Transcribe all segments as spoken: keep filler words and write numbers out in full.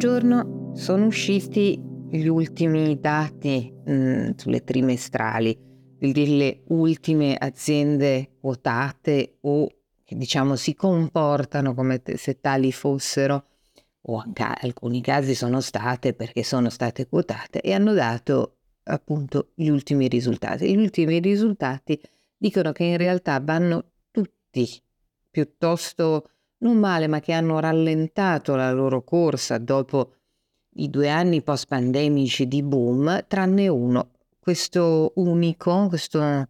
Buongiorno, sono usciti gli ultimi dati mh, sulle trimestrali delle ultime aziende quotate o che diciamo si comportano come te- se tali fossero, o in ca- alcuni casi sono state perché sono state quotate e hanno dato appunto gli ultimi risultati. Gli ultimi risultati dicono che in realtà vanno tutti piuttosto non male, ma che hanno rallentato la loro corsa dopo i due anni post-pandemici di boom, tranne uno, questo unico, questo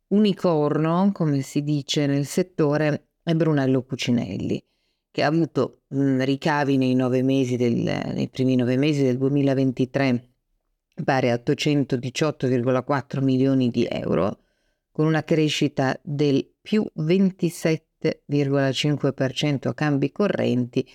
unicorno, come si dice nel settore, è Brunello Cucinelli, che ha avuto mh, ricavi nei nove mesi del, nei primi nove mesi del duemilaventitré pari a ottocentodiciotto virgola quattro milioni di euro, con una crescita del più ventisette virgola cinque per cento a cambi correnti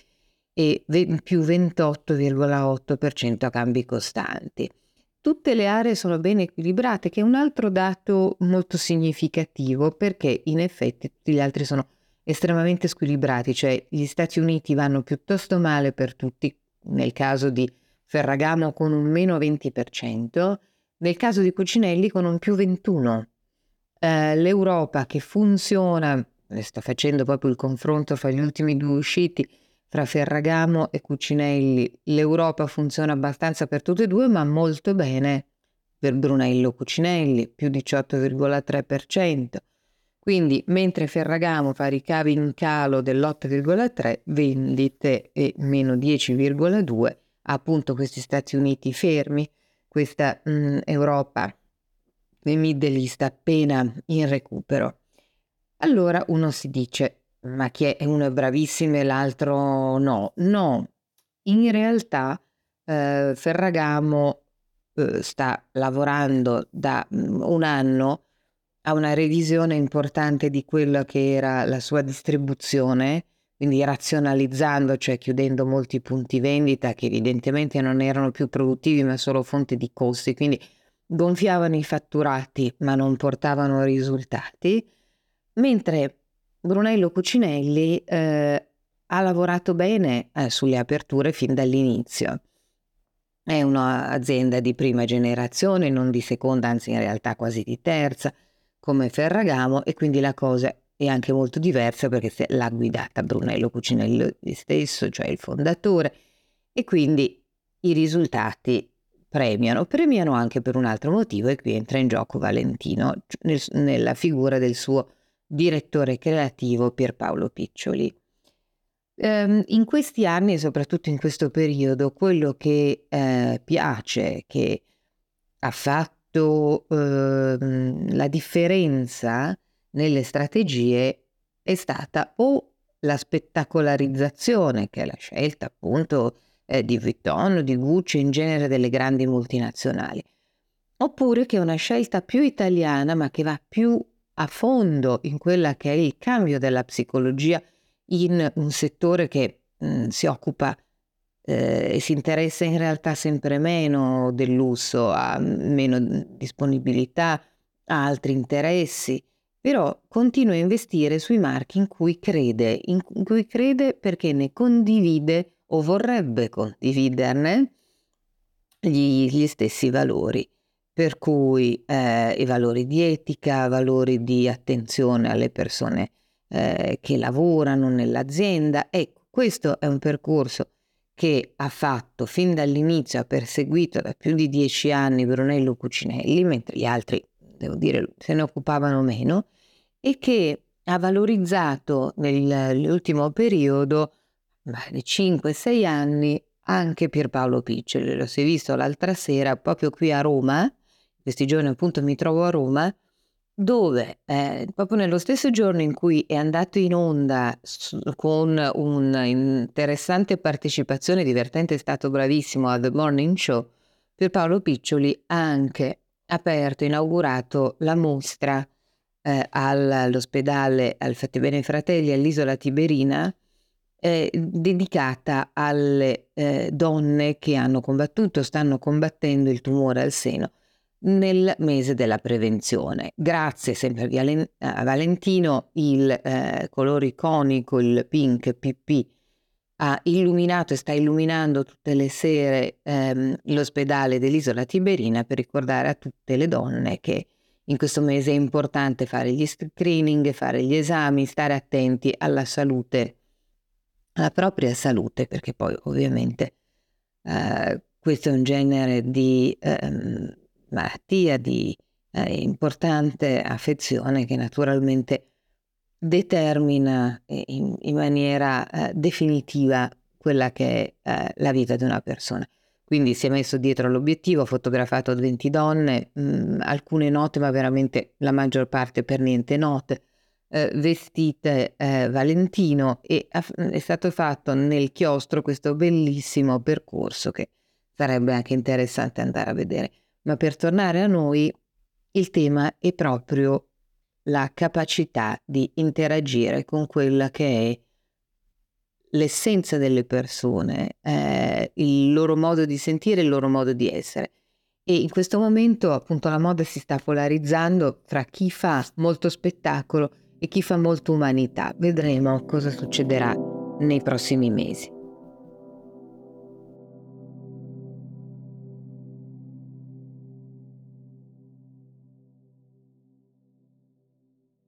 e ve- più ventotto virgola otto per cento a cambi costanti. Tutte le aree sono ben equilibrate, che è un altro dato molto significativo perché in effetti tutti gli altri sono estremamente squilibrati, cioè gli Stati Uniti vanno piuttosto male per tutti, nel caso di Ferragamo con un meno venti per cento, nel caso di Cucinelli con un più ventuno per cento. Eh, L'Europa che funziona, sta facendo proprio il confronto fra gli ultimi due usciti, fra Ferragamo e Cucinelli, l'Europa funziona abbastanza per tutte e due, ma molto bene per Brunello Cucinelli, più diciotto virgola tre per cento. Quindi, mentre Ferragamo fa ricavi in calo dell'otto virgola tre, vendite e meno dieci virgola due, appunto questi Stati Uniti fermi, questa mh, Europa e Middle East appena in recupero. Allora uno si dice, ma chi è? Uno è bravissimo e l'altro no. No, in realtà eh, Ferragamo eh, sta lavorando da mm, un anno a una revisione importante di quella che era la sua distribuzione, quindi razionalizzando, cioè chiudendo molti punti vendita che evidentemente non erano più produttivi ma solo fonte di costi, quindi gonfiavano i fatturati ma non portavano risultati, mentre Brunello Cucinelli eh, ha lavorato bene eh, sulle aperture fin dall'inizio. È un'azienda di prima generazione, non di seconda, anzi in realtà quasi di terza, come Ferragamo, e quindi la cosa è anche molto diversa perché se l'ha guidata Brunello Cucinelli stesso, cioè il fondatore, e quindi i risultati premiano. Premiano anche per un altro motivo e qui entra in gioco Valentino nel- nella figura del suo direttore creativo Pierpaolo Piccioli. Ehm, in questi anni, e soprattutto in questo periodo, quello che eh, piace, che ha fatto ehm, la differenza nelle strategie è stata o la spettacolarizzazione, che è la scelta appunto eh, di Vuitton, di Gucci, in genere delle grandi multinazionali, oppure che è una scelta più italiana ma che va più a fondo in quella che è il cambio della psicologia in un settore che mh, si occupa eh, e si interessa in realtà sempre meno del lusso, ha meno disponibilità, ha altri interessi, però continua a investire sui marchi in cui crede, in cui crede perché ne condivide o vorrebbe condividerne gli, gli stessi valori. Per cui eh, i valori di etica, valori di attenzione alle persone eh, che lavorano nell'azienda. Ecco, questo è un percorso che ha fatto fin dall'inizio, ha perseguito da più di dieci anni Brunello Cucinelli, mentre gli altri, devo dire, se ne occupavano meno, e che ha valorizzato nell'ultimo periodo, beh, cinque sei anni, anche Pierpaolo Piccioli. Lo si è visto l'altra sera proprio qui a Roma, questi giorni appunto mi trovo a Roma, dove eh, proprio nello stesso giorno in cui è andato in onda s- con un'interessante partecipazione, divertente, è stato bravissimo a The Morning Show, Pierpaolo Piccioli ha anche aperto, inaugurato la mostra eh, al- all'ospedale al Fattibene Fratelli all'Isola Tiberina, eh, dedicata alle eh, donne che hanno combattuto, stanno combattendo il tumore al seno nel mese della prevenzione. Grazie sempre a Vialen- a Valentino, il eh, colore iconico, il pink P P, ha illuminato e sta illuminando tutte le sere ehm, l'ospedale dell'Isola Tiberina per ricordare a tutte le donne che in questo mese è importante fare gli screening, fare gli esami, stare attenti alla salute, alla propria salute, perché poi ovviamente eh, questo è un genere di ehm, malattia, di eh, importante affezione che naturalmente determina eh, in, in maniera eh, definitiva quella che è eh, la vita di una persona. Quindi si è messo dietro l'obiettivo, ha fotografato venti donne, mh, alcune note, ma veramente la maggior parte per niente note, eh, vestite eh, Valentino, e ha- è stato fatto nel chiostro questo bellissimo percorso che sarebbe anche interessante andare a vedere. Ma per tornare a noi, il tema è proprio la capacità di interagire con quella che è l'essenza delle persone, eh, il loro modo di sentire, il loro modo di essere. E in questo momento appunto la moda si sta polarizzando fra chi fa molto spettacolo e chi fa molto umanità. Vedremo cosa succederà nei prossimi mesi.